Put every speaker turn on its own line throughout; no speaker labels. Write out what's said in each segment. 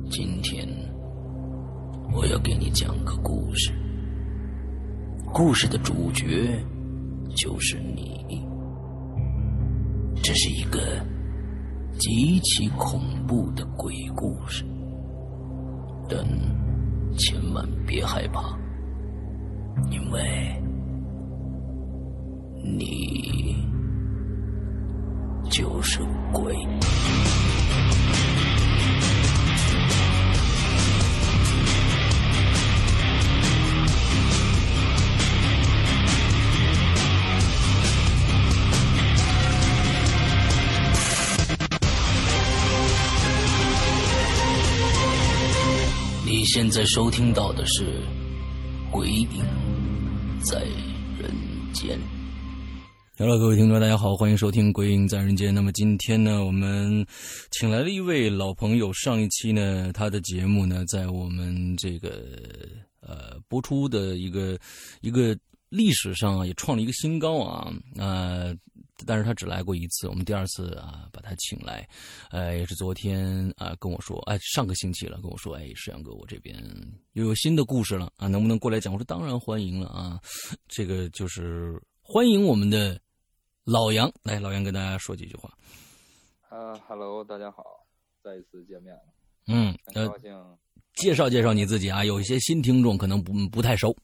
今天我要给你讲个故事，故事的主角就是你。这是一个极其恐怖的鬼故事，但千万别害怕，因为你就是鬼。你现在收听到的是《鬼影在人间》。Hello， 各位听众，大家好，欢迎收听《鬼影在人间》。那么今天呢，我们请来了一位老朋友。上一期呢，他的节目呢，在我们这个播出的一个历史上也创了一个新高啊。但是他只来过一次，我们第二次啊把他请来，也是昨天啊跟我说，上个星期了跟我说，石阳哥，我这边又有新的故事了啊，能不能过来讲？我说当然欢迎了啊，这个就是欢迎我们的老杨，来，老杨跟大家说几句话。
Hello， 大家好，再一次见面了。很高兴。介
绍你自己啊，有一些新听众可能不太熟。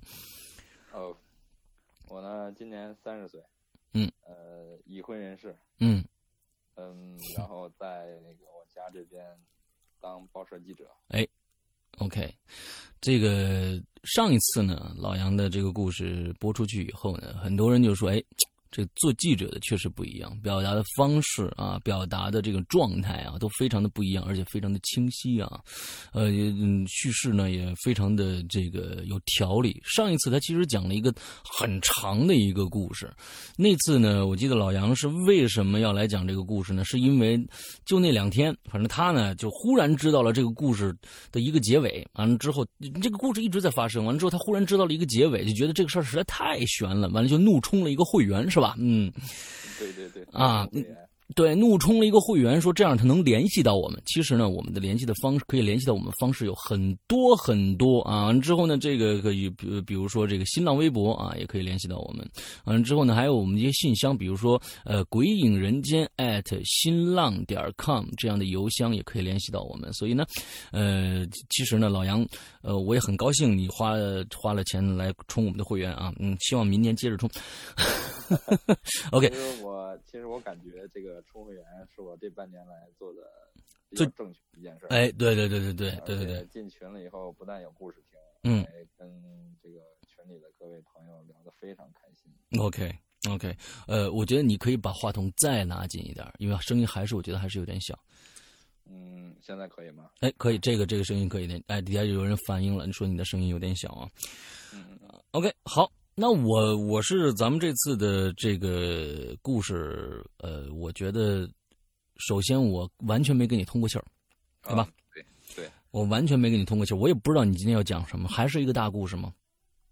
我呢今年30岁。已婚人士。然后在那个我家这边当报社记者。
OK， 这个上一次呢，老杨的这个故事播出去以后呢，很多人就说，这做记者的确实不一样，表达的方式啊，表达的这个状态啊，都非常的不一样，而且非常的清晰啊，叙事呢也非常的这个有条理。上一次他其实讲了一个很长的一个故事，那次呢，我记得老杨是为什么要来讲这个故事呢？是因为就那2天，反正他呢就忽然知道了这个故事的一个结尾，完了之后，这个故事一直在发生，完了之后他忽然知道了一个结尾，就觉得这个事儿实在太悬了，完了就怒冲了一个会员，是吧？
对
啊，对，怒冲了一个会员，说这样他能联系到我们。其实呢，我们的联系的方式可以联系到我们方式有很多很多啊。完之后呢，这个可以比如说这个新浪微博啊，也可以联系到我们。完之后呢，还有我们这些信箱，比如说鬼影人间新浪.com 这样的邮箱也可以联系到我们。所以呢，其实呢，老杨，我也很高兴你花了钱来充我们的会员啊。希望明年接着充。OK，
其实我感觉这个充会员是我这半年来做的比较正确的一件事。
对，
进群了以后不但有故事听，跟这个群里的各位朋友聊得非常开心。
OK， 我觉得你可以把话筒再拉近一点，因为声音我觉得还是有点小。
现在可以吗？
可以，这个声音可以的。底下有人反映了，你说你的声音有点小啊。OK， 好。那我是咱们这次的这个故事，我觉得首先我完全没给你通过气儿，对吧？
对，
我完全没给你通过气儿，我也不知道你今天要讲什么，还是一个大故事吗？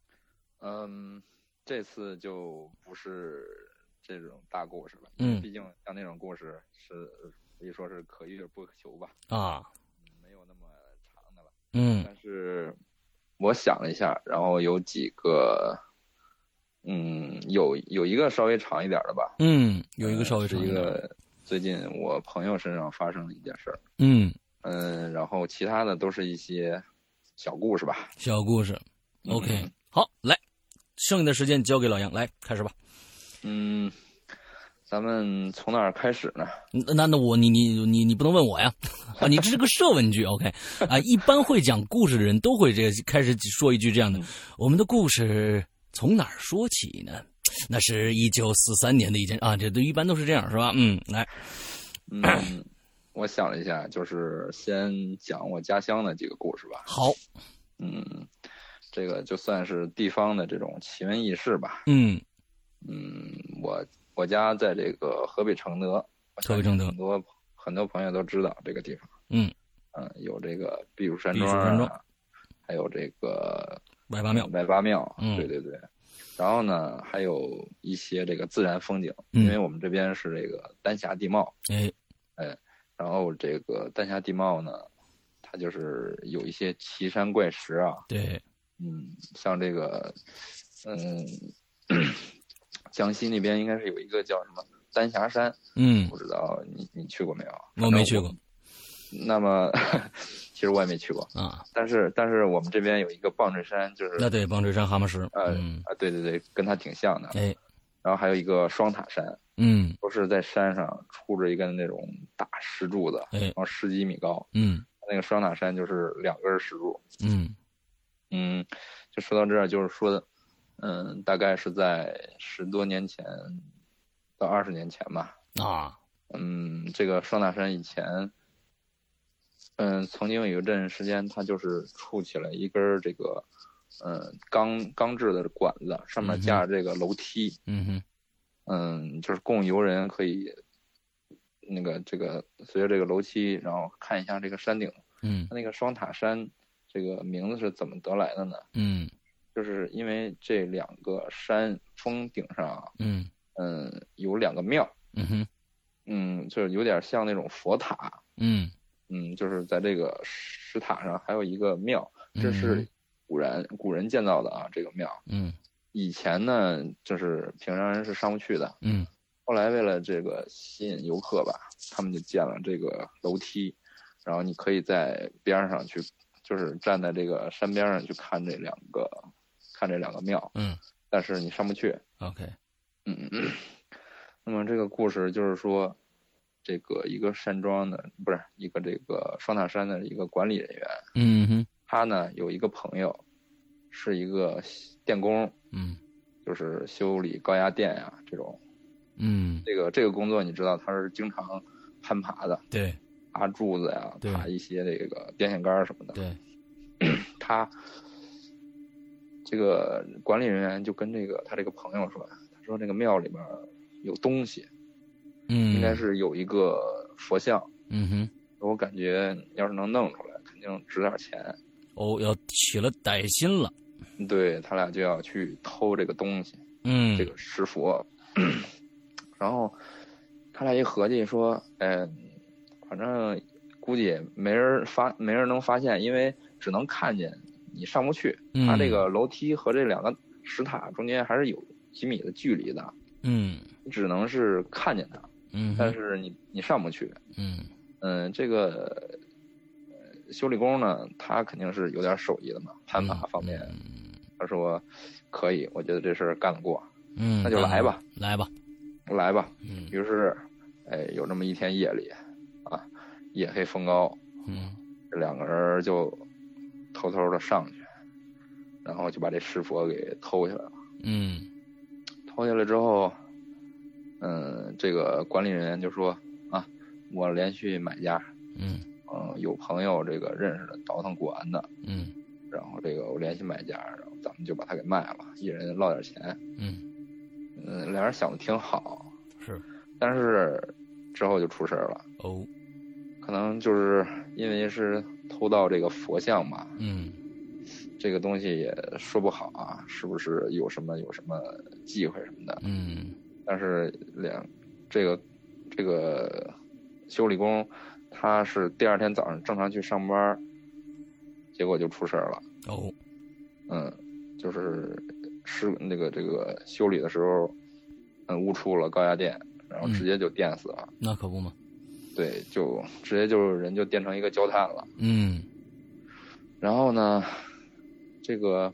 这次就不是这种大故事了，毕竟像那种故事是可以说是可遇而不可求吧。没有那么长的了。但是我想了一下，然后有几个。有一个稍微长一点的吧。
有一个稍微长一点的。
是一个最近我朋友身上发生的一件事儿。然后其他的都是一些小故事吧。
小故事。OK，好，来，剩下的时间交给老杨，来开始吧。
咱们从哪儿开始呢？
那你不能问我呀，你这是个设问句 ，OK 啊？一般会讲故事的人都会开始说一句这样的，我们的故事。从哪儿说起呢？那是1943年的一件啊，这都一般都是这样，是吧？来，
我想了一下，就是先讲我家乡的几个故事吧。
好，
这个就算是地方的这种奇闻异事吧。我家在这个河北承德，很多朋友都知道这个地方。有这个避暑山庄啊，还有这个。
外八庙，
对。然后呢，还有一些这个自然风景，因为我们这边是这个丹霞地貌，然后这个丹霞地貌呢， 它就是有一些奇山怪石啊。
对，
像这个，江西那边应该是有一个叫什么丹霞山，不知道你去过没有？
我没去过。
那么，其实我也没去过
啊。
但是我们这边有一个棒槌山，就是
对，棒槌山蛤蟆石。
对对对，跟它挺像的。
哎。
然后还有一个双塔山，都是在山上杵着一根那种大石柱子，然后10几米高。那个双塔山就是2根石柱。就说到这儿，就是说，大概是在10多年前到20年前吧。这个双塔山以前，曾经有一阵时间，它就是竖起了一根这个。钢制的管子上面架着这个楼梯，就是供游人可以这个随着这个楼梯，然后看一下这个山顶。那个双塔山这个名字是怎么得来的呢？就是因为这2个山峰顶上，有2个庙，就是有点像那种佛塔，就是在这个石塔上还有一个庙，这是。古人建造的啊，这个庙。以前呢，就是平常人是上不去的。后来为了这个吸引游客吧，他们就建了这个楼梯，然后你可以在边上去，就是站在这个山边上去看这两个庙。但是你上不去。
OK。
那么这个故事就是说，这个一个山庄的不是一个这个双塔山的一个管理人员。他呢有一个朋友，是一个电工，就是修理高压电呀这种，这个工作你知道他是经常攀爬的，
对，
爬柱子呀，爬一些这个电线杆什么的，
对，
他这个管理人员就跟他这个朋友说，他说这个庙里面有东西，应该是有一个佛像，我感觉要是能弄出来，肯定值点钱。
要起了歹心了。
对，他俩就要去偷这个东西，这个石佛。然后他俩一合计说，反正估计没人能发现，因为只能看见，你上不去。他这个楼梯和这2个石塔中间还是有几米的距离的。只能是看见它。但是你上不去。这个。修理工呢，他肯定是有点手艺的嘛，攀爬方面，他说可以，我觉得这事儿干得过，那就来吧。于是，有这么一天夜里，啊，夜黑风高，这2个人就偷偷的上去，然后就把这石佛给偷下来了。偷下来之后，这个管理人员就说啊，我连续买家。有朋友这个认识的倒腾古玩的，然后这个我联系买家，然后咱们就把它给卖了，一人捞点钱。俩人想的挺好，
是，
但是之后就出事了。可能就是因为是偷盗这个佛像嘛，这个东西也说不好啊，是不是有什么忌讳什么的。但是这个修理工。他是第2天早上正常去上班，结果就出事了。就是这个修理的时候，误触了高压电，然后直接就电死了。
那可不嘛。
对，就直接就人就电成一个焦炭了。然后呢，这个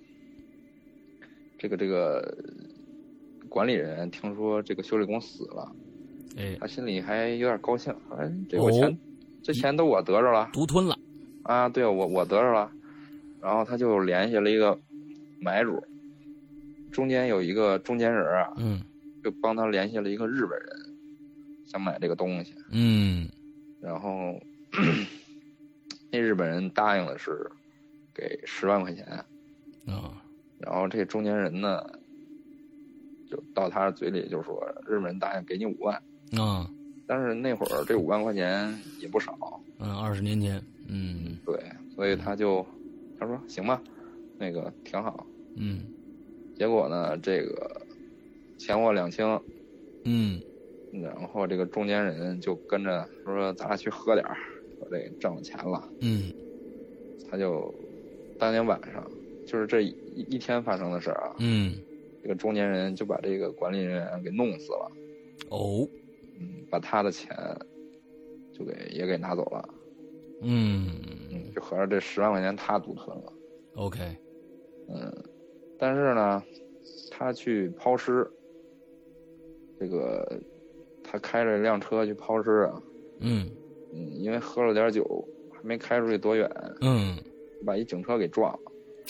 管理人听说这个修理工死了，他心里还有点高兴，这我钱。这钱都我得着了，
独吞了，
啊，对，我得着了，然后他就联系了一个买主，中间有一个中间人啊，就帮他联系了一个日本人，想买这个东西，然后那日本人答应的是给10万块钱，然后这中间人呢，就到他嘴里就说日本人答应给你5万，但是那会儿这5万块钱也不少
，20年前，
对，所以他说行吧，那个挺好，结果呢，这个钱货两清，然后这个中间人就跟着说咱俩去喝点儿，说这挣了钱了， 他就当天晚上，就是这一天发生的事儿啊。这个中年人就把这个管理人员给弄死了。
哦。
把他的钱就也给拿走了。就合着这10万块钱他独吞了。
OK。
但是呢，他去抛尸，这个他开着一辆车去抛尸啊。因为喝了点酒，还没开出去多远，把一警车给撞了。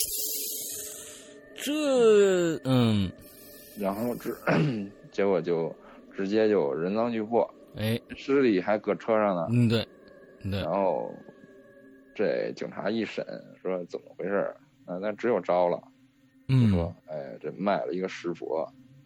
然后结果就直接就人赃俱获。尸体还搁车上呢。
对。
然后这警察一审说怎么回事那只有招了。就说这卖了一个石佛。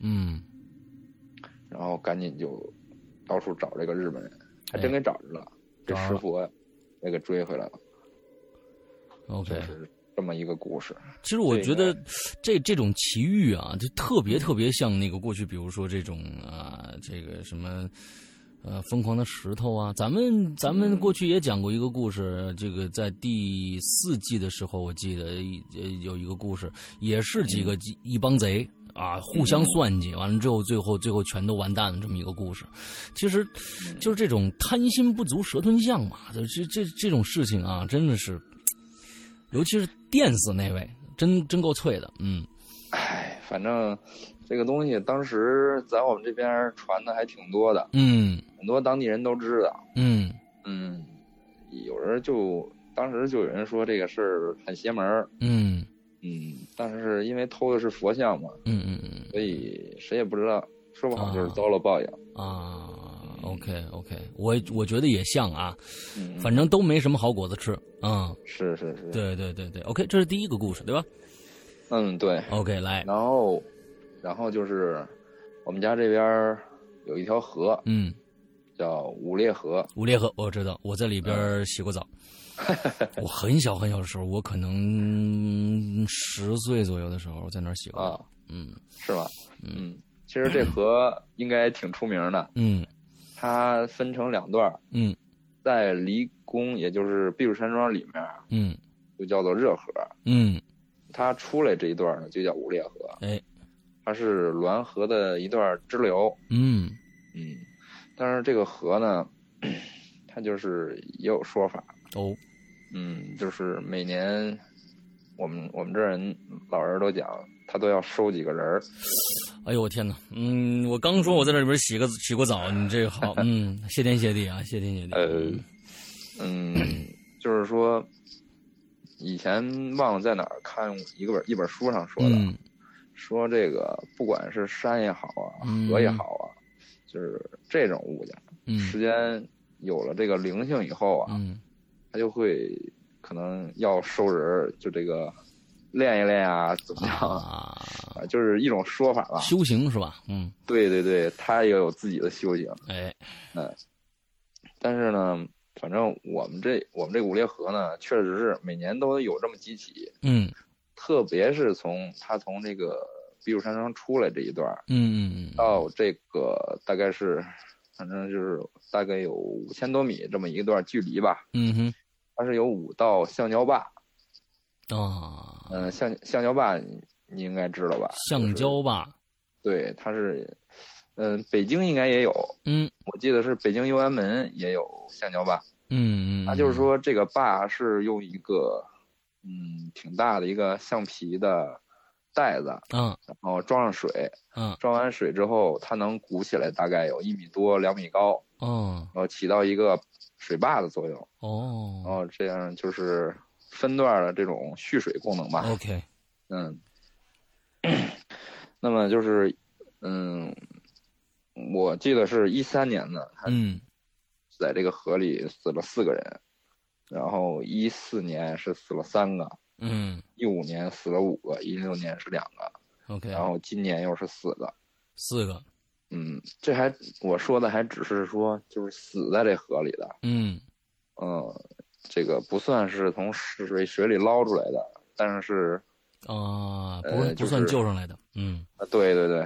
然后赶紧就到处找这个日本人，还真给找着了。这石佛也给追回来了。
OK。
就是这么一个故事。
其实我觉得这种奇遇啊，就特别像那个过去，比如说这种这个什么疯狂的石头啊。咱们过去也讲过一个故事，这个在第4季的时候，我记得有一个故事，也是一帮贼互相算计，完了之后最后全都完蛋了，这么一个故事。其实就是这种贪心不足蛇吞象嘛，这种事情啊，真的是，尤其是电死那位，真够脆的。
反正这个东西当时在我们这边传的还挺多的。很多当地人都知道。有人当时就有人说这个事儿很邪门。但是因为偷的是佛像嘛。所以谁也不知道，说不好就是遭了报应。
OK， 我觉得也像啊。反正都没什么好果子吃。
是。
对。OK， 这是第一个故事，对吧？
对。
OK， 来。
然后就是我们家这边有一条河。叫五列河。
我知道，我在里边洗过澡。我很小的时候，我可能10岁左右的时候在那儿洗过澡。
是吧？其实这河应该挺出名的。它分成2段。在离宫，也就是避暑山庄里面，就叫做热河。它出来这一段呢，就叫五列河。它是滦河的一段支流。但是这个河呢，它就是也有说法。就是每年我们这人老人都讲，他都要收几个人。
哎呦我天哪！我刚说我在这里边洗过澡，你这个好。谢天谢地啊，谢天谢地。
就是说以前忘了在哪儿看一本书上说的。说这个不管是山也好啊，河也好啊，就是这种物件，时间有了这个灵性以后啊，它就会可能要收人，就这个练一练啊，怎么样就是一种说法吧，
修行是吧？
对，他也有自己的修行。但是呢，反正我们这五列河呢，确实是每年都有这么几起。特别是他从这个避暑山庄出来这一段，到这个大概是，反正就是大概有5000多米这么一段距离吧。它是有5道橡胶坝。橡胶坝你应该知道吧？
橡胶坝。
对，它是，北京应该也有。我记得是北京右安门也有橡胶坝。它就是说这个坝是用一个。挺大的一个橡皮的袋子。然后装上水。装完水之后，它能鼓起来，大概有1米多、2米高。然后起到一个水坝的作用。然后这样就是分段的这种蓄水功能吧。
OK。
那么就是，我记得是13年呢，在这个河里死了4个人。然后14年是死了3个，15年死了5个，16年是2个
，OK，
然后今年又是4个，这我说的还只是说就是死在这河里的，这个不算是从水里捞出来的，但是
不算救上来的，
对，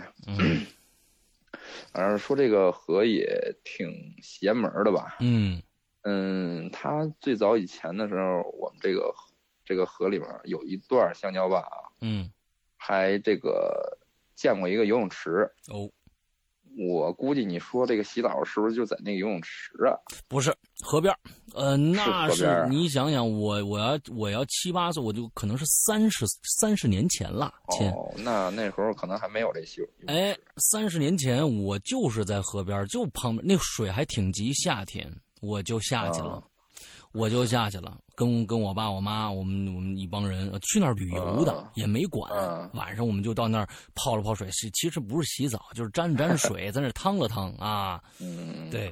反正说这个河也挺邪门的吧，他最早以前的时候，我们这个这个河里面有一段橡胶坝啊，还这个见过一个游泳池
哦。
我估计你说这个洗澡是不是就在那个游泳池啊？
不是，河边。那
是
你想想，我要7、8岁，我就可能是30年前了。
哦，那时候可能还没有这些。
哎，30年前我就是在河边，就旁边那水还挺急，夏天我就下去了。跟我爸我妈我们一帮人去那儿旅游的，也没管。晚上我们就到那儿泡了泡水，其实不是洗澡，就是沾水，在那儿趟了趟啊。对，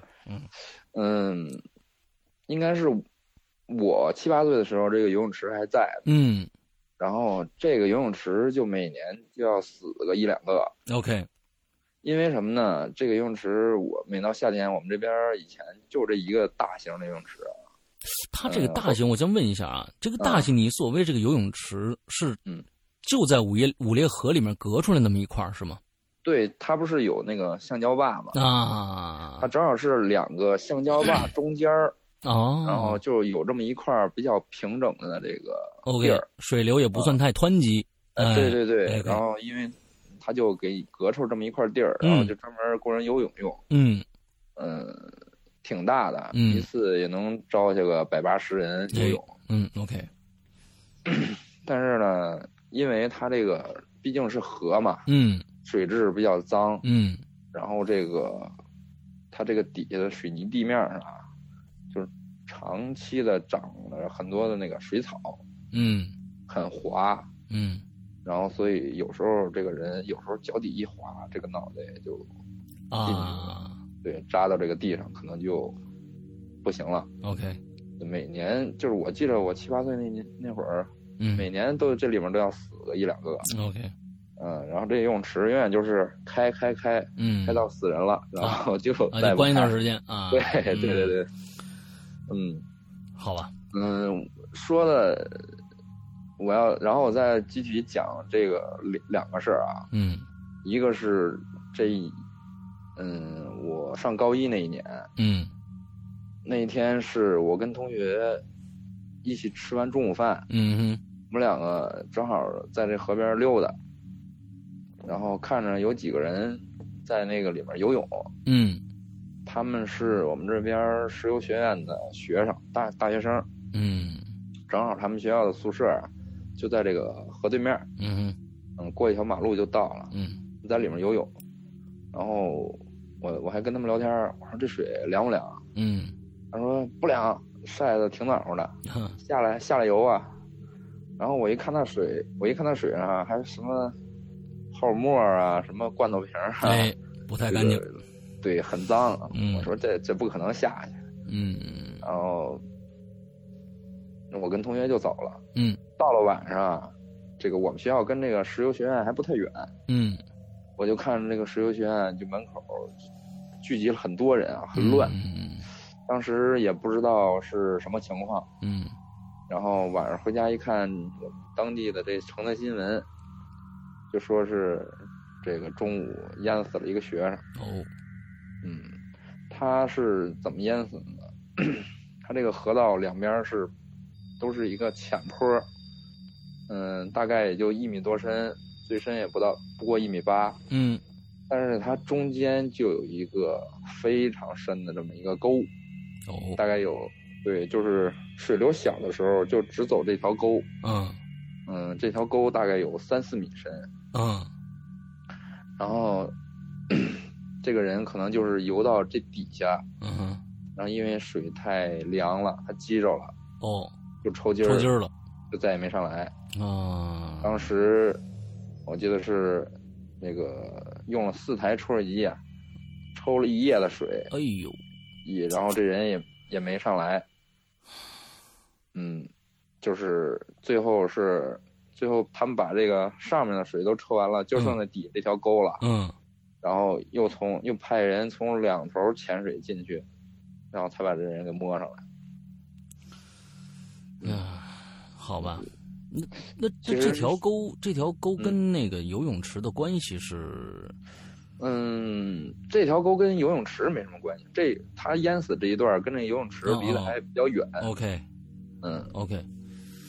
应该是我7、8岁的时候，这个游泳池还在。然后这个游泳池就每年就要死个1、2个。
OK。
因为什么呢？这个游泳池我每到夏天，我们这边以前就这一个大型的游泳池。
它这个大型，我先问一下啊，这个大型你所谓这个游泳池是就在五列河里面隔出来那么一块是吗？
对，它不是有那个橡胶坝吗？
啊，
它正好是2个橡胶坝中间
哦，
然后就有这么一块比较平整的这个地儿，
水流也不算太湍急。
对，然后因为它就给隔出这么一块地儿，然后就专门供人游泳用。挺大的，一次也能招下个180人游泳。
OK。
但是呢，因为它这个毕竟是河嘛，水质比较脏，然后它这个底下的水泥地面上啊，就是长期的长了很多的那个水草，很滑，然后所以有时候这个人有时候脚底一滑，这个脑袋就对，扎到这个地上可能就不行了。
OK。
每年就是我记得我7、8岁那会儿，每年这里面都要死个1、2个。
OK。
然后这游泳池永远就是开到死人了，然后就再
关一段时间啊。
对。
好吧。
说的然后我再具体讲这个2个事儿啊。一个是我上高1那一年，那一天是我跟同学一起吃完中午饭，我们2个正好在这河边溜达，然后看着有几个人在那个里面游泳，他们是我们这边石油学院的学生，大学生，正好他们学校的宿舍就在这个河对面，过一条马路就到了，在里面游泳，然后我还跟他们聊天，我说这水凉不凉？他说不凉，晒得挺暖和的，下来游啊。然后我一看那水上还什么泡沫啊，什么罐头瓶啊，
不太干净，
对，很脏。我说这不可能下去。然后我跟同学就走了。到了晚上，这个我们学校跟这个石油学院还不太远。我就看这个石油学院就门口聚集了很多人啊，很乱。当时也不知道是什么情况。然后晚上回家一看，我们当地的这城的新闻，就说是这个中午淹死了一个学生。他是怎么淹死的呢？他这个河道两边都是一个浅坡，大概也就1米多深，最深也不过1米8。但是它中间就有一个非常深的这么一个沟，大概有，对，就是水流小的时候就只走这条沟，这条沟大概有3、4米深，然后这个人可能就是游到这底下，然后因为水太凉了，他激着了，就抽筋了，就再也没上来。当时我记得是那个用了4台抽水机啊，抽了1夜的水，
哎呦，
然后这人也没上来。就是最后他们把这个上面的水都抽完了，就剩那底这条沟了。然后又派人从2头潜水进去，然后才把这人给摸上来。
好吧。那这条沟跟那个游泳池的关系是？
这条沟跟游泳池没什么关系。他淹死这一段跟这游泳池离得还比较远。
OK。OK。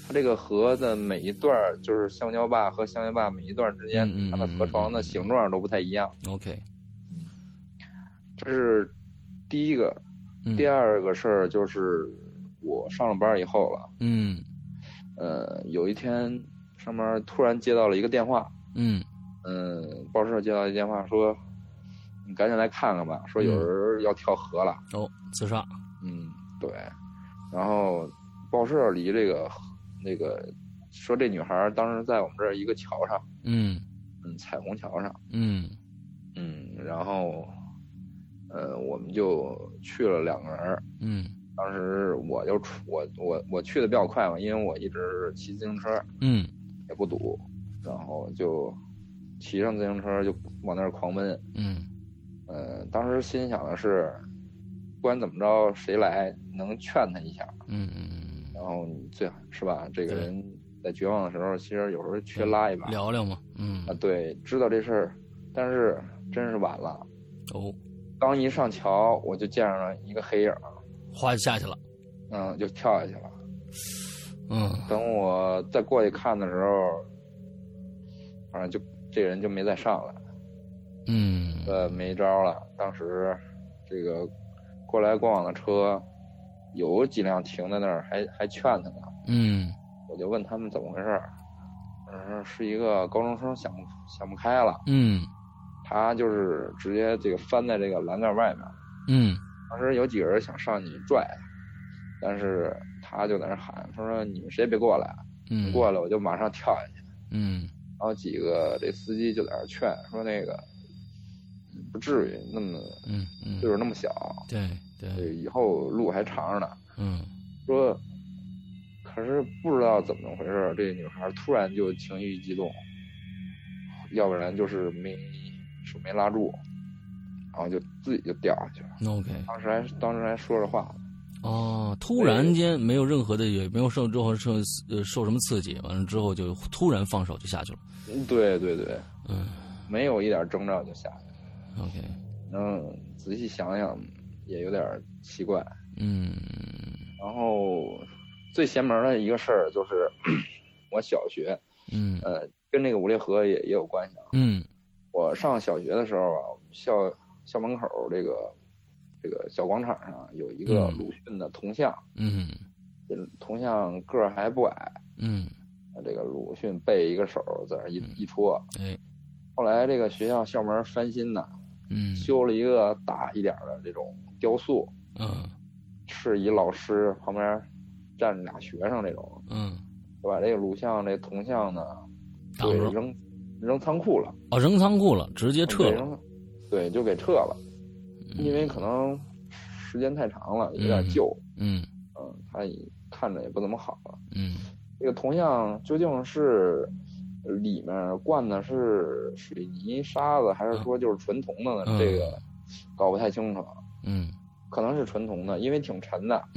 它这个河的每一段就是橡胶坝和橡胶坝每一段之间，它的河床的形状都不太一样。
OK，
这是第一个。第二个事儿就是我上了班以后了。有一天上班突然接到了一个电话。报社接到一电话说，你赶紧来看看吧，说有人要跳河了。
自杀。
对。然后报社离这个那个说这女孩当时在我们这儿一个桥上。彩虹桥上。然后我们就去了2个人。当时我去的比较快嘛，因为我一直是骑自行车。也不堵，然后就骑上自行车就往那儿狂奔。当时心想的是，不管怎么着，谁来能劝他一下。然后你最好是吧？这个人在绝望的时候，其实有时候缺拉一把，
聊聊嘛。
对，知道这事儿，但是真是晚了。刚一上桥，我就见上了一个黑影，
哗就下去了。
就跳下去了。等我再过去看的时候，反正就这人就没再上来。没招了。当时这个过来过往的车有几辆停在那儿，还劝他呢。我就问他们怎么回事，是一个高中生想不开了。他就是直接这个翻在这个栏杆外面。当时有几个人想上去拽，但是他就在那喊，他说你们谁也别过来，过来我就马上跳下去。然后几个这司机就在那劝，说那个不至于那么，岁数那么小，
对，
以后路还长着呢。说可是不知道怎么回事，这女孩突然就情绪激动，要不然就是手没拉住，然后就自己就掉下去了。
OK，
当时还说着话。
突然间没有任何的，也没有受什么刺激，完了之后就突然放手就下去了。
对，没有一点征兆就下去了。
OK，
仔细想想也有点奇怪。然后最邪门的一个事儿就是我小学，跟这个五列河也有关系啊。我上小学的时候啊，校门口这个小广场上有一个鲁迅的铜像。铜像个儿还不矮。这个鲁迅背一个手在那一戳。后来这个学校校门翻新呢，修了一个大一点的这种雕塑。是一老师旁边站着俩学生这种。就把这个鲁像这铜像呢，对，扔仓库了。
扔仓库了，直接撤了。
对，就给撤了。因为可能时间太长了，有点旧。他看着也不怎么好了。这个铜像究竟是里面灌的是水泥沙子，还是说就是纯铜的呢？这个搞不太清楚。可能是纯铜的，因为挺沉的。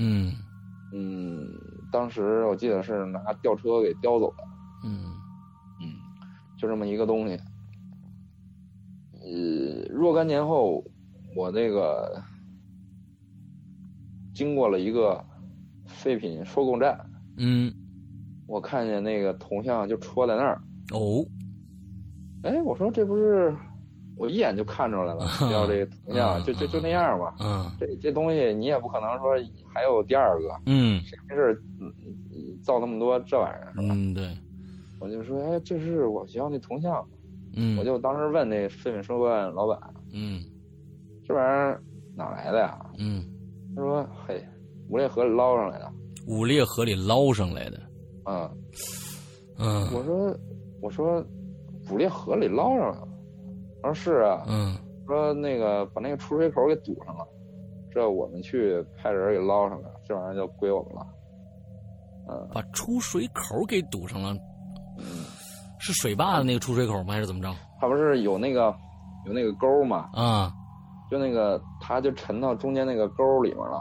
当时我记得是拿吊车给吊走的。就这么一个东西。若干年后，我这个经过了一个废品收购站。我看见那个铜像就戳在那儿。我说这不是，我一眼就看出来了，要这个铜像就那样嘛。这东西你也不可能说还有第二个。谁没事造那么多这玩意儿是吧？
对。
我就说，这是我学校那铜像。我就当时问那废品收购站老板，这玩意儿哪来的呀？他说，嘿，五列河里捞上来的。
五列河里捞上来的。
我说五列河里捞上来了。他说是啊。说那个把那个出水口给堵上了，这我们去派人给捞上来，这玩意儿就归我们了。 把
出水口给堵上了。是水坝的那个出水口吗？还是怎么着？
它不是有那个沟吗？就那个它就沉到中间那个沟里面了。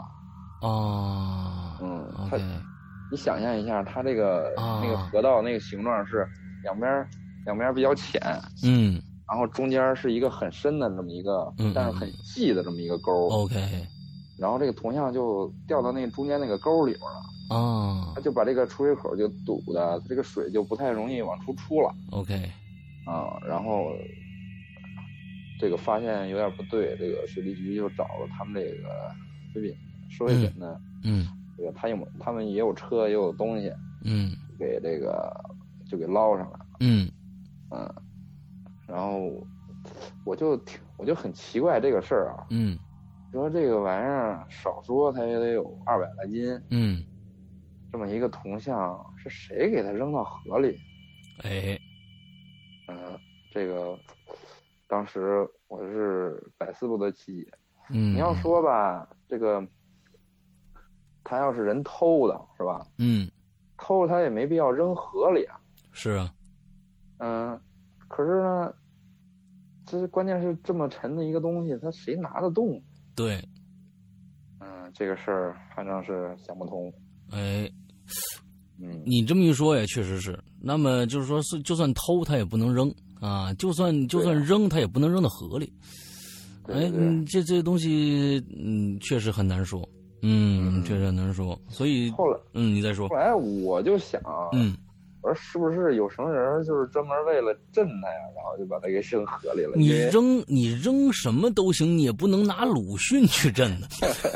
OK。
你想象一下，它这个那个河道那个形状是两边比较浅。然后中间是一个很深的这么一个，但是很细的这么一个沟。
OK。
然后这个铜像就掉到那中间那个沟里面了。
啊，
他就把这个出水口就堵的，这个水就不太容易往出出了。
OK，
然后这个发现有点不对，这个水利局就找了他们这个废品收废品的，这个他们也有车也有东西，给这个就给捞上来了，然后我就很奇怪这个事儿啊，说这个玩意儿少说它也得有200来斤，这么一个铜像是谁给它扔到河里？
哎，
这个当时我是百思不得其解。你要说吧，这个他要是人偷的是吧？偷他也没必要扔河里啊。
是啊。
可是呢，这关键是这么沉的一个东西，他谁拿得动？
对。
这个事儿反正是想不通。
哎，你这么一说也确实是。那么就是说就算偷他也不能扔啊，就算扔他也不能扔到河里。哎，这东西确实很难说。确实很难说。所以
后来
你再说。
后来我就想，我说是不是有什么人就是专门为了震他呀，然后就把他给扔河里了？
你扔什么都行，你也不能拿鲁迅去震的。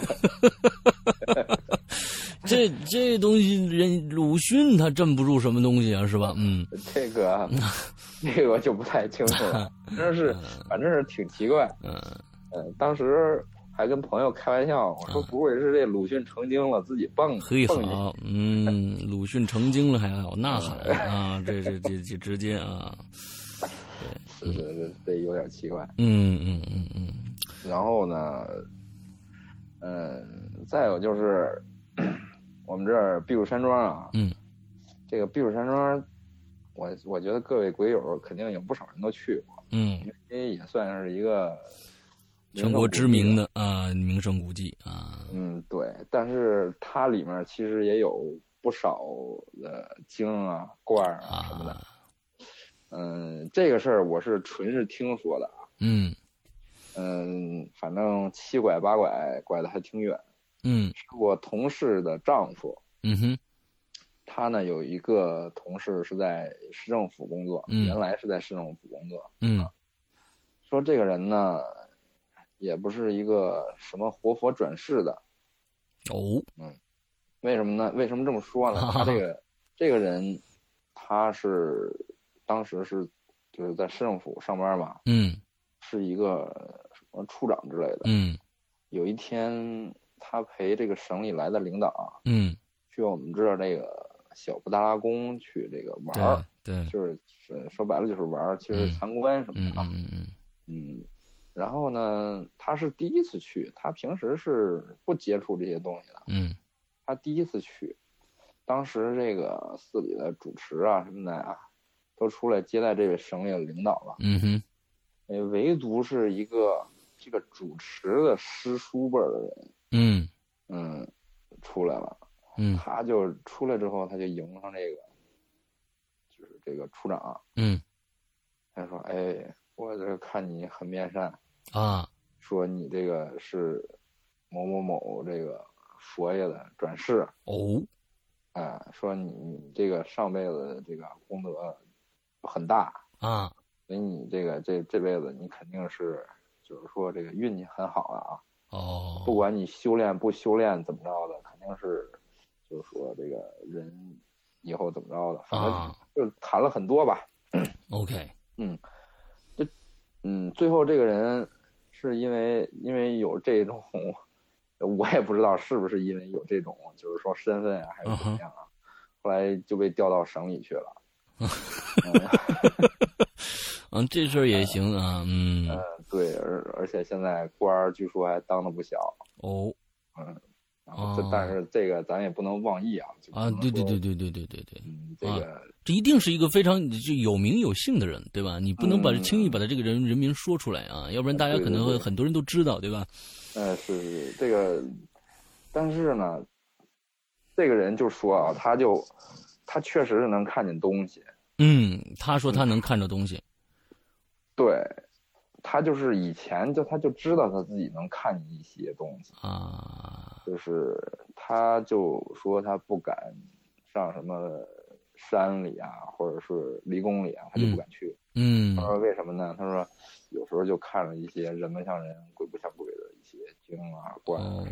这东西鲁迅他镇不住什么东西啊，是吧？
这个我就不太清楚了，反正是挺奇怪。当时还跟朋友开玩笑，我说不会是这鲁迅成精了自己蹦
好，鲁迅成精了还要呐喊啊，这直接啊，
对，这有点奇怪。然后呢，再有就是我们这儿避暑山庄啊，这个避暑山庄，我觉得各位鬼友肯定有不少人都去过，因为也算是一个
全国知名的名胜古迹啊。
对，但是它里面其实也有不少的经啊、罐啊什么的。这个事儿我是纯是听说的啊。反正7拐8拐拐的还挺远。是我同事的丈夫。他呢有一个同事是在市政府工作，原来是在市政府工作。说这个人呢。也不是一个什么活佛转世的。为什么呢？为什么这么说呢？他这个人，他是当时是就是在市政府上班嘛，是一个什么处长之类的。有一天他陪这个省里来的领导，去我们这儿这个小布达拉宫去这个玩儿，
对，
就是说白了就是玩儿，其实参观什么的。然后呢，他是第一次去，他平时是不接触这些东西的。他第一次去，当时这个寺里的主持啊什么的啊，都出来接待这位省里的领导了。唯独是一个这个主持的师叔辈的人，出来了。他就出来之后，他就迎上这个，就是这个处长。他说：“哎，我这看你很面善。”说你这个是某某某这个佛爷的转世。说你这个上辈子这个功德很大所以你这个这辈子你肯定是就是说这个运气很好的啊。不管你修炼不修炼怎么着的，肯定是就是说这个人以后怎么着的，反正就谈了很多吧。
OK。
最后这个人是因为有这种，我也不知道是不是因为有这种，就是说身份啊，还是怎么样啊，后来就被调到省里去了。
这事儿也行啊。
对，而且现在官儿据说还当得不小。但是这个咱也不能妄议啊。
对。
这个
这一定是一个非常就有名有姓的人，对吧？你不能轻易把他这个人名说出来啊，要不然大家可能会很多人都知道，对吧？
是这个，但是呢，这个人就说啊，他确实是能看见东西。
他说他能看着东西。
对。他就是以前他就知道他自己能看见一些东西就是他就说他不敢上什么山里啊，或者是离宫里啊，他就不敢去。他说为什么呢？他说有时候就看了一些人不像人鬼不像鬼的一些经啊观啊。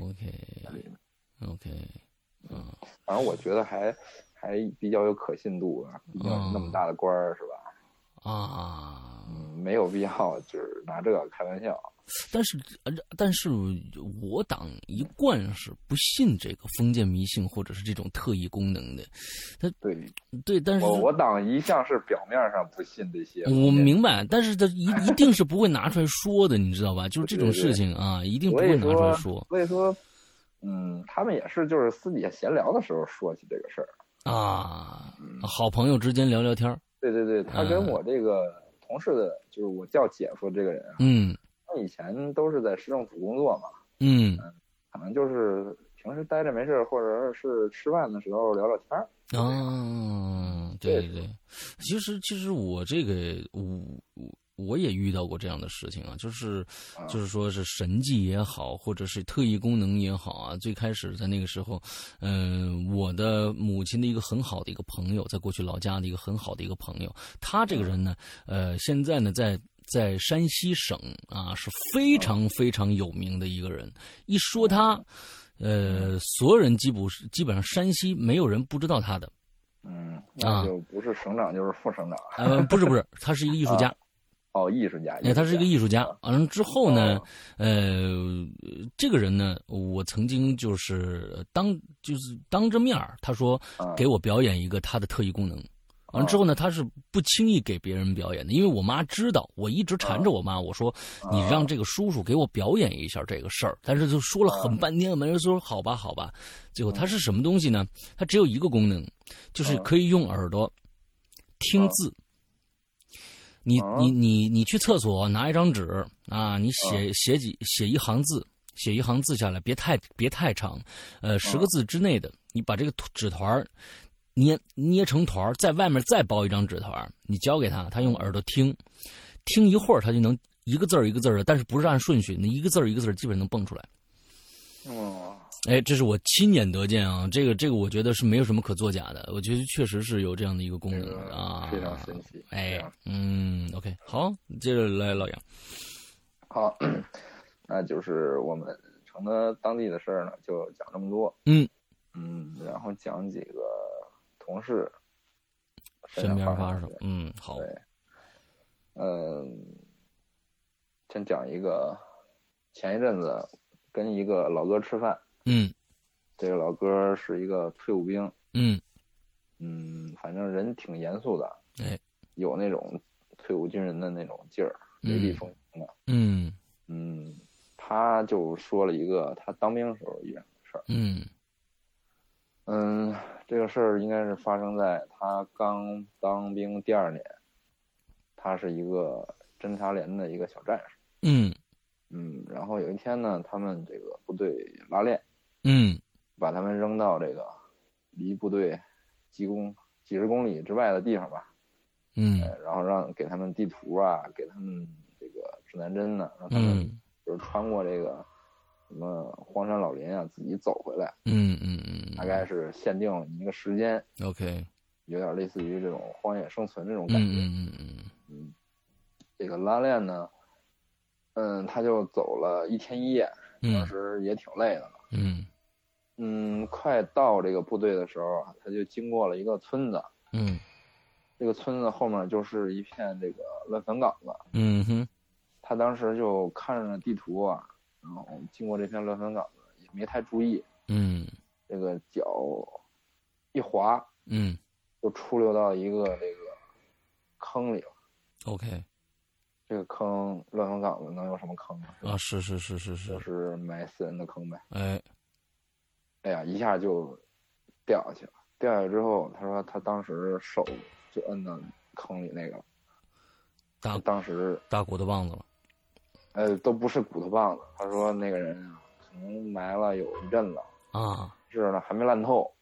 OK，
反正我觉得还比较有可信度啊，毕竟那么大的官儿是吧？没有必要就是拿这个开玩笑。
但是我党一贯是不信这个封建迷信或者是这种特异功能的。对，但是
我党一向是表面上不信这些。
我明白，但是他一定是不会拿出来说的，你知道吧？就是这种事情啊，一定不会拿出来说。
所以说，他们也是就是私底下闲聊的时候说起这个事儿
啊，好朋友之间聊聊天。
对，他跟我这个同事的，就是我叫姐夫这个人啊，他以前都是在市政府工作嘛，可能就是平时待着没事，或者是吃饭的时候聊聊天。
对，其实我这个我也遇到过这样的事情啊，就是说是神迹也好，或者是特异功能也好啊。最开始在那个时候，我的母亲的一个很好的一个朋友，在过去老家的一个很好的一个朋友，他这个人呢，现在呢在山西省啊是非常非常有名的一个人。一说他，所有人基本上山西没有人不知道他的。
那就不是省长就是副省长。
不是，他是一个艺术家。
艺术家。
他是一个艺术家。完了之后呢，这个人呢，我曾经就是当着面他说给我表演一个他的特异功能。完了之后呢，他是不轻易给别人表演的，因为我妈知道，我一直缠着我妈，我说你让这个叔叔给我表演一下这个事儿，但是就说了很半天，没人说好吧。最后他是什么东西呢？他只有一个功能，就是可以用耳朵听字。你去厕所拿一张纸啊，你写一行字，写一行字下来，别太长，10个字之内的，你把这个纸团捏成团，在外面再包一张纸团，你交给他，他用耳朵听一会儿，他就能一个字儿一个字儿的，但是不是按顺序，那一个字儿一个字儿基本能蹦出来。这是我亲眼得见啊！这个我觉得是没有什么可作假的，我觉得确实是有这样的一个功能啊，
非常神奇。
OK， 好，接着来老杨。
好，那就是我们承德当地的事儿呢，就讲这么多。然后讲几个同事
身边发生。好。
对，先讲一个，前一阵子跟一个老哥吃饭。这个老哥是一个退伍兵。反正人挺严肃的。有那种退伍军人的那种劲儿，雷厉风行的。他就说了一个他当兵时候遇见的事儿。这个事儿应该是发生在他刚当兵第2年，他是一个侦察连的一个小战士。然后有一天呢，他们这个部队拉练，把他们扔到这个离部队几十公里之外的地方吧。然后给他们地图啊，给他们这个指南针呢，让他们就是穿过这个什么荒山老林啊，自己走回来。大概是限定一个时间。
OK，
有点类似于这种荒野生存这种感觉。这个拉练呢，他就走了1天1夜，当时也挺累的了。快到这个部队的时候啊，他就经过了一个村子。这个村子后面就是一片这个乱坟岗子。他当时就看着地图啊，然后经过这片乱坟岗子也没太注意。这个脚一滑，就出溜到一个这个坑里了。
OK，
这个坑乱坟岗子能有什么坑啊？
是，
就是埋死人的坑呗。
哎
呀，一下就掉下去了。掉下去之后，他说他当时手就摁到坑里那个，当时
大骨头棒子
了。都不是骨头棒子。他说那个人啊，可能埋了有一阵了
啊，
是呢，还没烂透。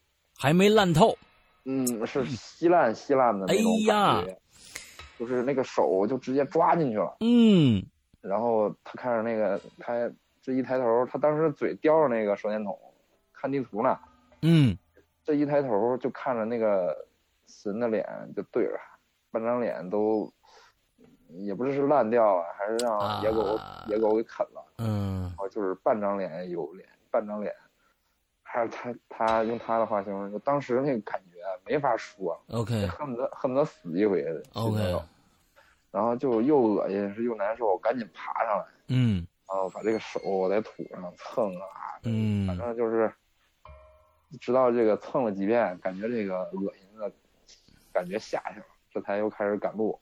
是稀烂的那种感觉。就是那个手就直接抓进去了。然后他看着那个，他这一抬头，他当时嘴叼着那个手电筒， 看地图呢。这一抬头就看着那个死人的脸就对着，半张脸都也不知是烂掉了还是让野狗给啃了。然后就是半张脸有脸，半张脸。还是他用他的话形容，就当时那个感觉没法说。
OK，
恨不得死一回。
OK，
然后就又恶心又难受，赶紧爬上来。然后把这个手在土上蹭啊，反正就是直到这个蹭了几遍，感觉这个恶心的感觉下去了，这才又开始赶路。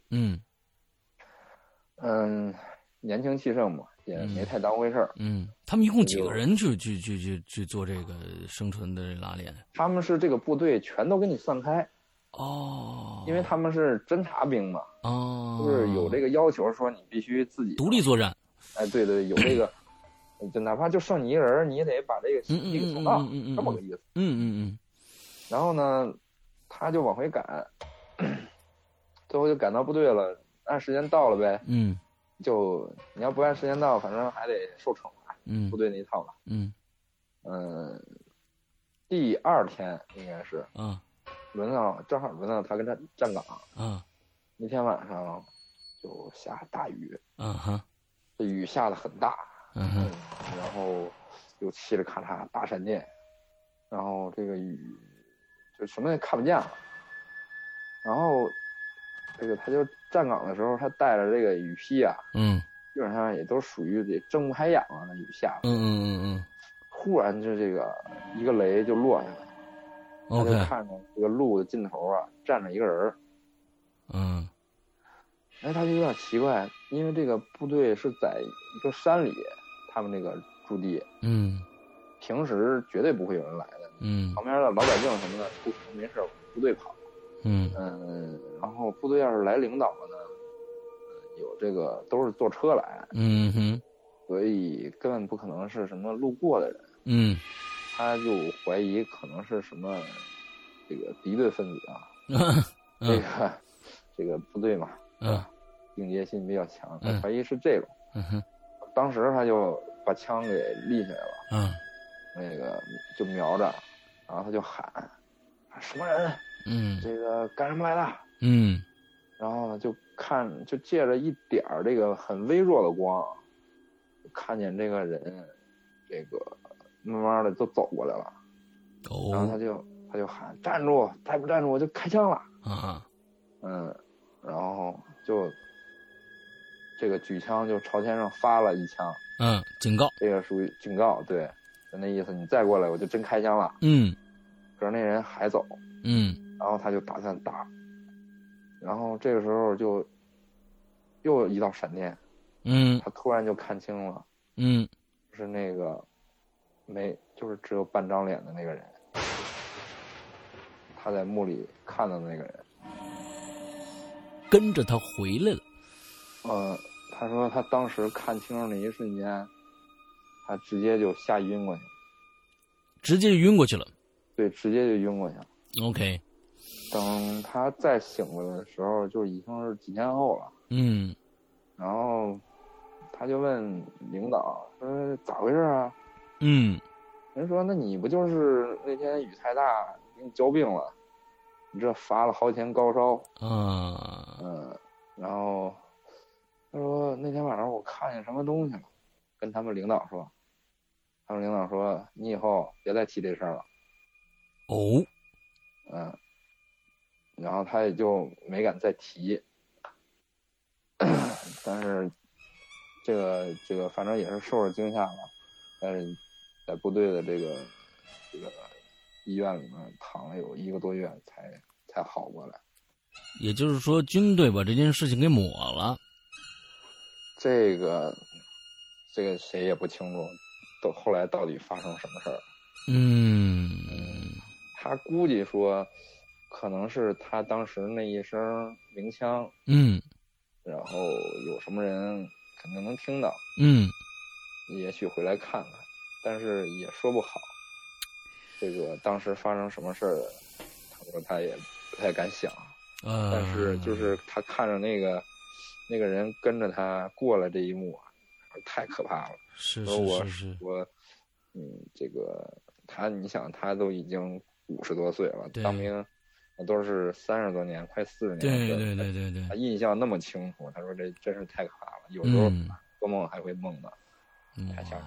年轻气盛嘛，也没太当回事儿。
他们一共几个人去做这个生存的拉练？
他们是这个部队全都给你散开。因为他们是侦察兵嘛。就是有这个要求说你必须自己
独立作战。
对对，有这个，就哪怕就剩你一人，你也得把这个行李给送到，这么个意思。然后呢，他就往回赶，最后就赶到部队了，按时间到了呗。就你要不按时间到，反正还得受惩罚。部队那一套嘛。第2天应该是。正好轮到他跟他站岗。那天晚上就下大雨。这雨下得很大。然后又嘁哩咔嚓大闪电，然后这个雨就什么也看不见了。然后这个他就站岗的时候，他带着这个雨披啊，基本上也都属于得睁不开眼了。那雨下，忽然就这个一个雷就落下来，他就看着这个路的尽头啊站着一个人。他就有点奇怪，因为这个部队是在一个山里，他们这个驻地，平时绝对不会有人来的。旁边的老百姓什么的出没事部队跑。然后部队要是来领导了呢，有这个都是坐车来。所以根本不可能是什么路过的人。他就怀疑可能是什么这个敌对分子啊。这个部队嘛。警戒心比较强，他怀疑是这种。当时他就把枪给立起来了。那个就瞄着，然后他就喊什么人？这个干什么来的？然后呢就借着一点这个很微弱的光，看见这个人这个慢慢的都走过来了。然后他就喊站住，再不站住我就开枪了。然后就这个举枪就朝天上发了一枪。
警告。
这个属于警告，对，就那意思，你再过来我就真开枪了。可是那人还走。然后他就打算打，然后这个时候就又一道闪电。他突然就看清了。是那个就是只有半张脸的那个人，他在墓里看到的那个人
跟着他回来了。
他说他当时看清了那一瞬间，他直接就吓晕过去了。
直接晕过去了。
对，直接就晕过去了。
OK。
等他再醒过来的时候，就已经是几天后了。然后他就问领导说咋回事啊？人说那你不就是那天雨太大给你浇病了，你这发了好几天高烧。然后他说那天晚上我看见什么东西了，跟他们领导说，他们领导说你以后别再提这事儿了。然后他也就没敢再提。但是这个反正也是受了惊吓了，但是在部队的这个医院里面躺了有1个多月才好过来。
也就是说军队把这件事情给抹了。
这个谁也不清楚后来到底发生什么事儿。他估计说可能是他当时那一声鸣枪，然后有什么人肯定能听到，也许回来看看，但是也说不好。这个当时发生什么事儿，他说他也不太敢想。但是就是他看着那个人跟着他过了这一幕，太可怕了。
是。
我这个你想他都已经50多岁了，当兵都是30多年，快40
年。对，
他印象那么清楚，他说这真是太可怕了，有时候做梦还会梦到，太吓人。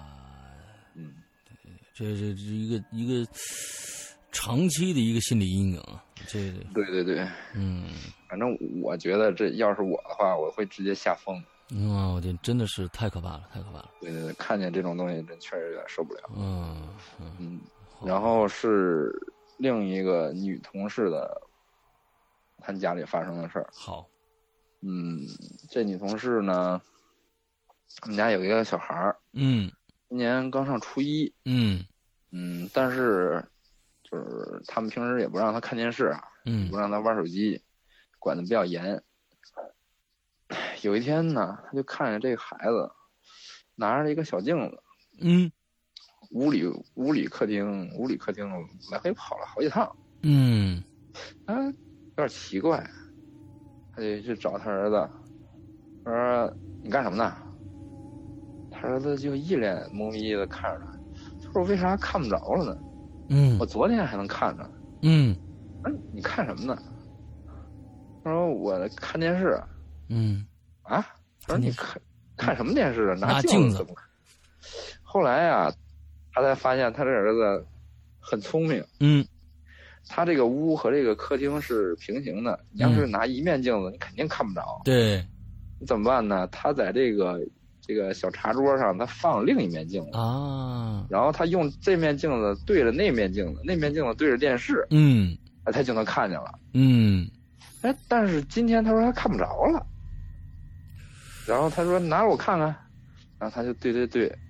这是一个长期的一个心理阴影啊，这
对，反正我觉得这要是我的话，我会直接吓疯。
我这真的是太可怕了。
对，看见这种东西真确实有点受不了。然后是另一个女同事的，她家里发生的事儿。
好，
这女同事呢，我们家有一个小孩儿，今年刚上初一，但是就是他们平时也不让他看电视，不让他玩手机，管得比较严。有一天呢，他就看见这个孩子拿着一个小镜子，屋里客厅来回跑了好几趟，有点奇怪，他就去找他儿子，说你干什么呢？他儿子就一脸懵逼的看着他，他说为啥看不着了呢？我昨天还能看着。你看什么呢？他说我看电视。他说你看什么电视啊？拿镜子怎么看？后来啊，他才发现他这儿子很聪明。他这个屋和这个客厅是平行的，你要是拿一面镜子，你肯定看不着。
对，
你怎么办呢？他在这个小茶桌上，他放另一面镜子然后他用这面镜子对着那面镜子，那面镜子对着电视，他就能看见了。但是今天他说他看不着了。然后他说拿着我看看，然后他就对，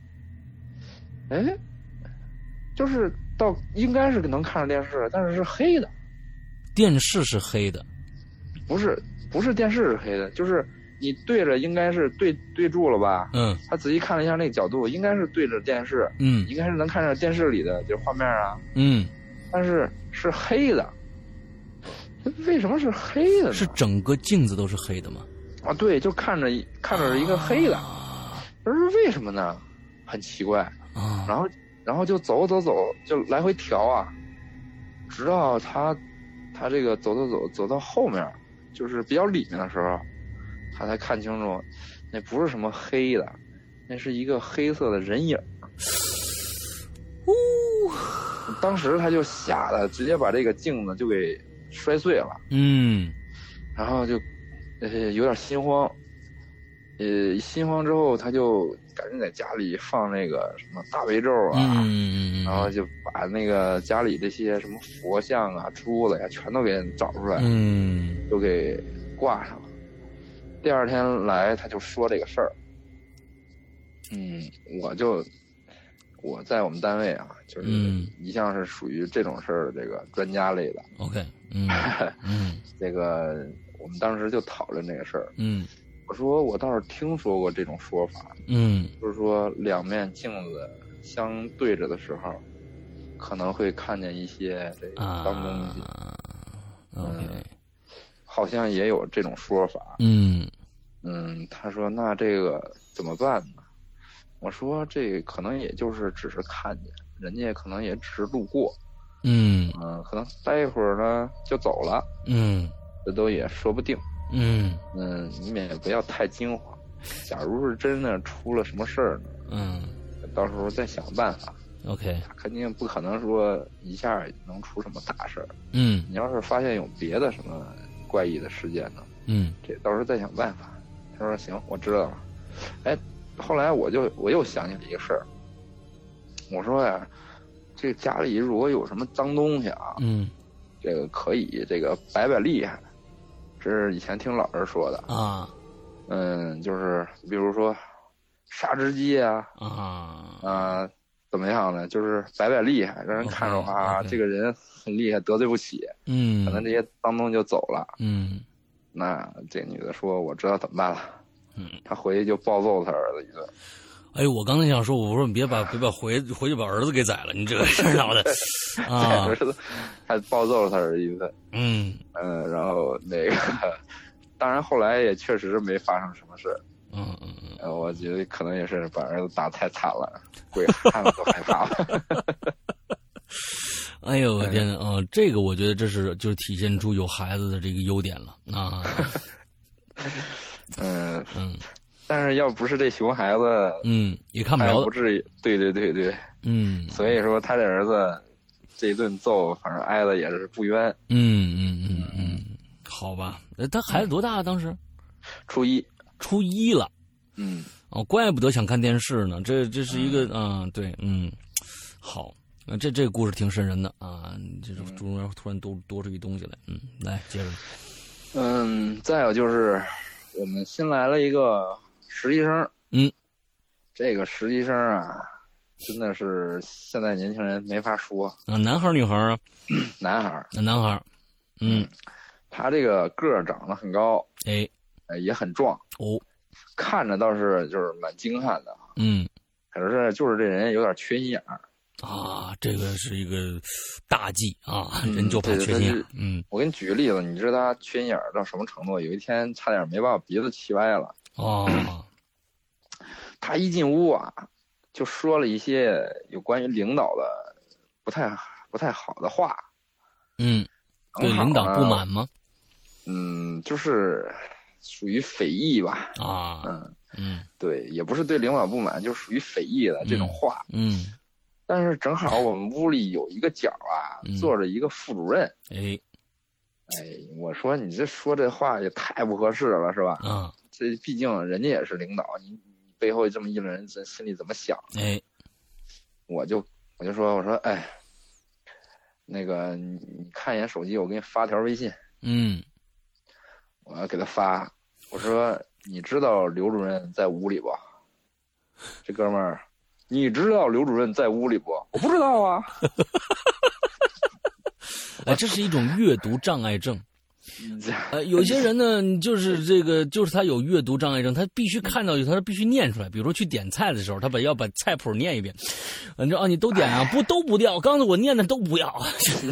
就是应该是能看着电视，但是是黑的。
电视是黑的？
不是电视是黑的，就是你对着应该是对住了吧？他仔细看了一下那个角度，应该是对着电视，应该是能看着电视里的这画面啊，但是是黑的。为什么是黑的呢？
是整个镜子都是黑的吗？
对，就看着一个黑的，这是为什么呢？很奇怪。然后就走，就来回调直到他这个走到后面，就是比较里面的时候，他才看清楚，那不是什么黑的，那是一个黑色的人影。当时他就吓得直接把这个镜子就给摔碎了。然后就有点心慌。心慌之后，他就赶紧在家里放那个什么大悲咒然后就把那个家里这些什么佛像珠子全都给找出来，都给挂上了。第二天来，他就说这个事儿。我在我们单位就是一向是属于这种事儿的这个专家类的。
OK，
这个我们当时就讨论这个事儿。我说我倒是听说过这种说法，就是说两面镜子相对着的时候，可能会看见一些这个脏东西。好像也有这种说法。他说那这个怎么办呢？我说这可能也就是只是看见，人家可能也只是路过。可能待一会儿呢就走了。这都也说不定。你们也不要太惊慌。假如是真的出了什么事儿呢？到时候再想办法。
OK，
他肯定不可能说一下能出什么大事儿。你要是发现有别的什么怪异的事件呢？这到时候再想办法。他说行，我知道了。后来我又想起了一个事儿。我说呀，这家里如果有什么脏东西这个可以这个摆厉害。这是以前听老人说的就是比如说杀只鸡怎么样呢？就是摆厉害，让人看着这个人很厉害，得罪不起。可能这些脏东西就走了。那这女的说我知道怎么办了。她回去就暴揍她儿子一顿。
我刚才想说，我说你别把回去把儿子给宰了，你这个事儿闹的
儿子还暴揍了他儿子一顿。然后那个，当然后来也确实没发生什么事。我觉得可能也是把儿子打太惨了，鬼看了都害怕了。
哎呦我天啊！这个我觉得这是就是体现出有孩子的这个优点了啊。
但是要不是这熊孩子，
也看不着的，
不至于。对，所以说他这儿子这一顿揍，反正挨的也是不冤。
好吧，他孩子多大啊？当时
初一
了。怪不得想看电视呢。这是一个对，好，这个故事挺瘆人的啊。这种中间突然多出一东西来，来接着。
再有就是我们新来了一个实习生。这个实习生啊，真的是现在年轻人没法说。
男孩女孩啊？
男孩。他这个个儿长得很高，也很壮看着倒是就是蛮精悍的。可是就是这人有点缺心眼儿
啊，这个是一个大忌啊，人就怕缺心眼儿。
我给你举个例子，你知道他缺心眼儿到什么程度？有一天差点没把我鼻子气歪了。他一进屋啊，就说了一些有关于领导的不太好的话。
对领导不满吗？
就是属于匪夷吧。对，也不是对领导不满，就属于匪夷的这种话。但是正好我们屋里有一个角啊，坐着一个副主任。我说你这说这话也太不合适了，是吧？这毕竟人家也是领导，你背后这么议论人，这心里怎么想？我就说，我说那个你看一眼手机，我给你发条微信。我要给他发，我说你知道刘主任在屋里不？这哥们儿，你知道刘主任在屋里不？我不知道啊。
这是一种阅读障碍症。有些人呢，就是这个，就是他有阅读障碍症，他必须看到，他必须念出来。比如说去点菜的时候，他要把菜谱念一遍。你知道你都点啊？都不掉。刚才我念的都不要。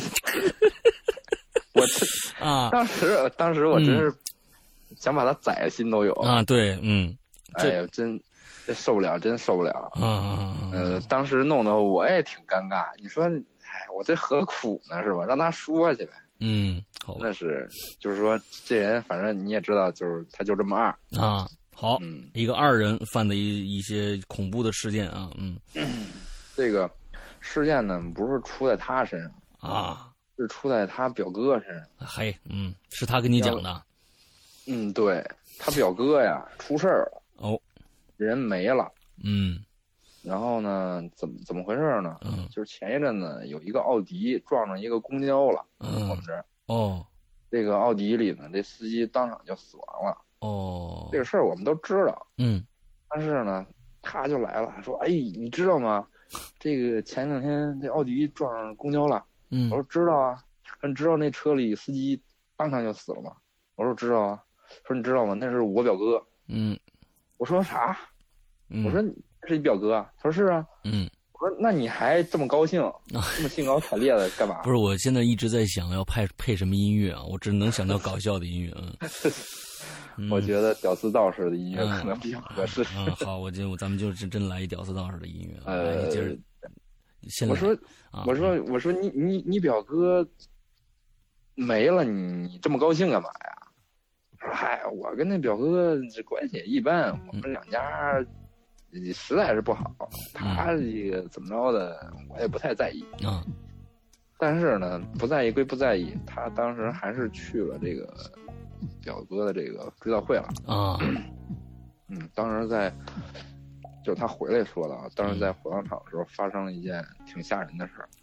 当时我真是想把他宰心都有
啊！对，
真受不了，真受不了。当时弄得我也挺尴尬。你说，我这何苦呢？是吧？让他说去呗。
好。
那是，就是说这人，反正你也知道，就是他就这么二
啊。好，一个二人犯的一些恐怖的事件啊。
这个事件呢，不是出在他身上
啊，
是出在他表哥身上。
是他跟你讲的。
对，他表哥呀出事儿了。人没了。然后呢，怎么回事呢？就是前一阵子有一个奥迪撞上一个公交了。我们这儿。这个奥迪里呢，这司机当场就死亡了。这个事儿我们都知道。但是呢，他就来了，说：“你知道吗？这个前两天这奥迪撞上公交了。”我说：“知道啊。”说：“你知道那车里司机当场就死了吗？”我说：“知道啊。”说：“你知道吗？那是我表哥。”我说：“啥？”我说：“是你表哥啊？”他说：“是啊。”我说：“那你还这么高兴，这么兴高采烈的干嘛？”
不是，我现在一直在想要配什么音乐啊，我只能想到搞笑的音乐。
我觉得屌丝道士的音乐可能比较合适。
好，咱们就真来一屌丝道士的音乐。
我说你表哥没了，你这么高兴干嘛呀？他说：“我跟那表哥这关系也一般，我们两家实在是不好。他这个怎么着的，我也不太在意。但是呢，不在意归不在意，他当时还是去了这个表哥的这个追悼会了。当时就是他回来说的啊，当时在火葬场的时候发生了一件挺吓人的事儿。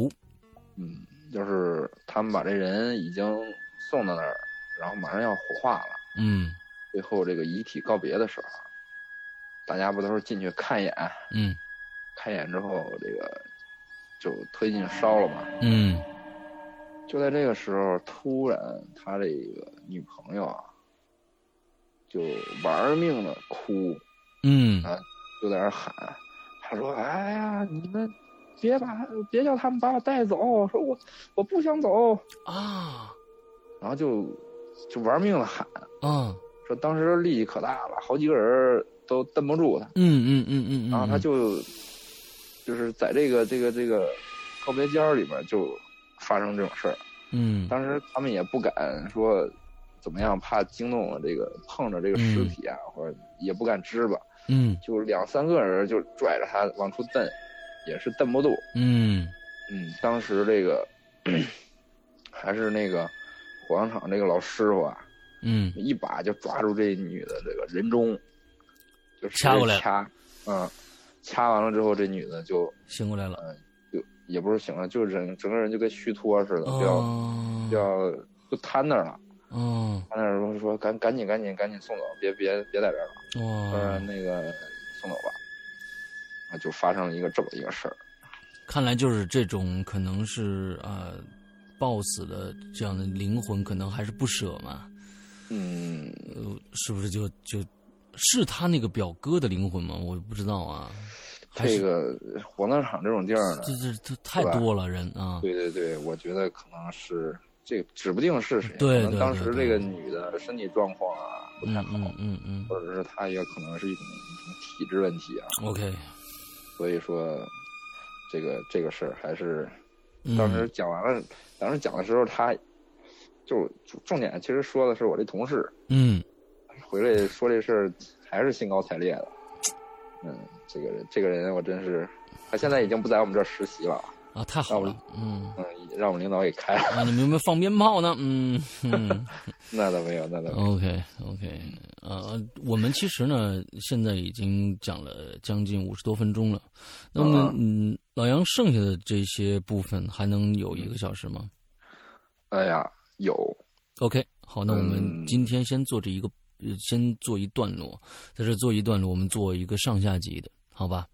就是他们把这人已经送到那儿，然后马上要火化了。最后这个遗体告别的时候，大家不都是进去看一眼？看一眼之后，这个就推进烧了嘛。就在这个时候，突然他这个女朋友啊，就玩命的哭。就在那喊，他说：“哎呀，你们别叫他们把我带走，说我不想走啊。”然后就玩命的喊。说当时力气可大了，好几个人都蹬不住他。然后他就是在这个告别间里边就发生这种事儿。当时他们也不敢说怎么样，怕惊动了这个碰着这个尸体啊，或者也不敢支吧。就2-3个人就拽着他往出蹬，也是蹬不动。当时这个还是那个火葬场这个老师傅啊，一把就抓住这女的这个人中，就
掐过来，
掐完了之后，这女的就
醒过来了。
就也不是醒了，就整个人就跟虚脱似的，就瘫那儿了。瘫那儿说赶紧送走，别在这儿了。那个送走吧。就发生了这么一个事儿。
看来就是这种可能是暴死的这样的灵魂，可能还是不舍嘛。是不是就是他那个表哥的灵魂吗？我不知道啊。
这个火葬场这种地儿呢，
这太多了人啊。
对，我觉得可能是这个，指不定是谁。
对，
当时这个女的身体状况啊不太好，或者是她也可能是一种体质问题啊。
OK，
所以说这个事儿还是当时讲完了，当时讲的时候，他就重点其实说的是我这同事，回来说这事儿还是兴高采烈的。这个人我真是，他现在已经不在我们这儿实习了
啊，太好了，
让我们领导给开了
啊！你们有没有放鞭炮呢？
那倒没有。
OK，我们其实呢，现在已经讲了将近50多分钟了。那么，老杨剩下的这些部分还能有1个小时吗？
哎呀，有。
OK， 好，那我们今天先做先做一段落，在这做一段落，我们做一个上下集的，好吧？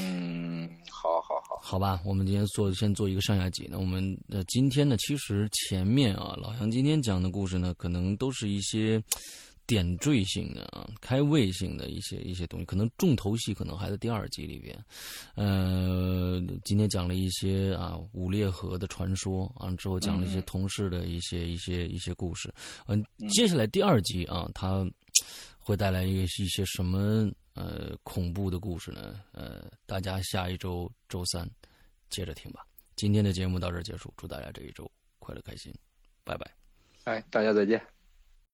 好吧，我们今天先做一个上下集。那我们今天呢，其实前面老杨今天讲的故事呢，可能都是一些点缀性的开胃性的一些东西，可能重头戏可能还在第2集里边。今天讲了一些五烈河的传说之后讲了一些同事的一些故事。接下来第2集它会带来一些什么恐怖的故事呢？大家下一周周3接着听吧。今天的节目到这儿结束，祝大家这一周快乐开心，拜拜。
大家再见。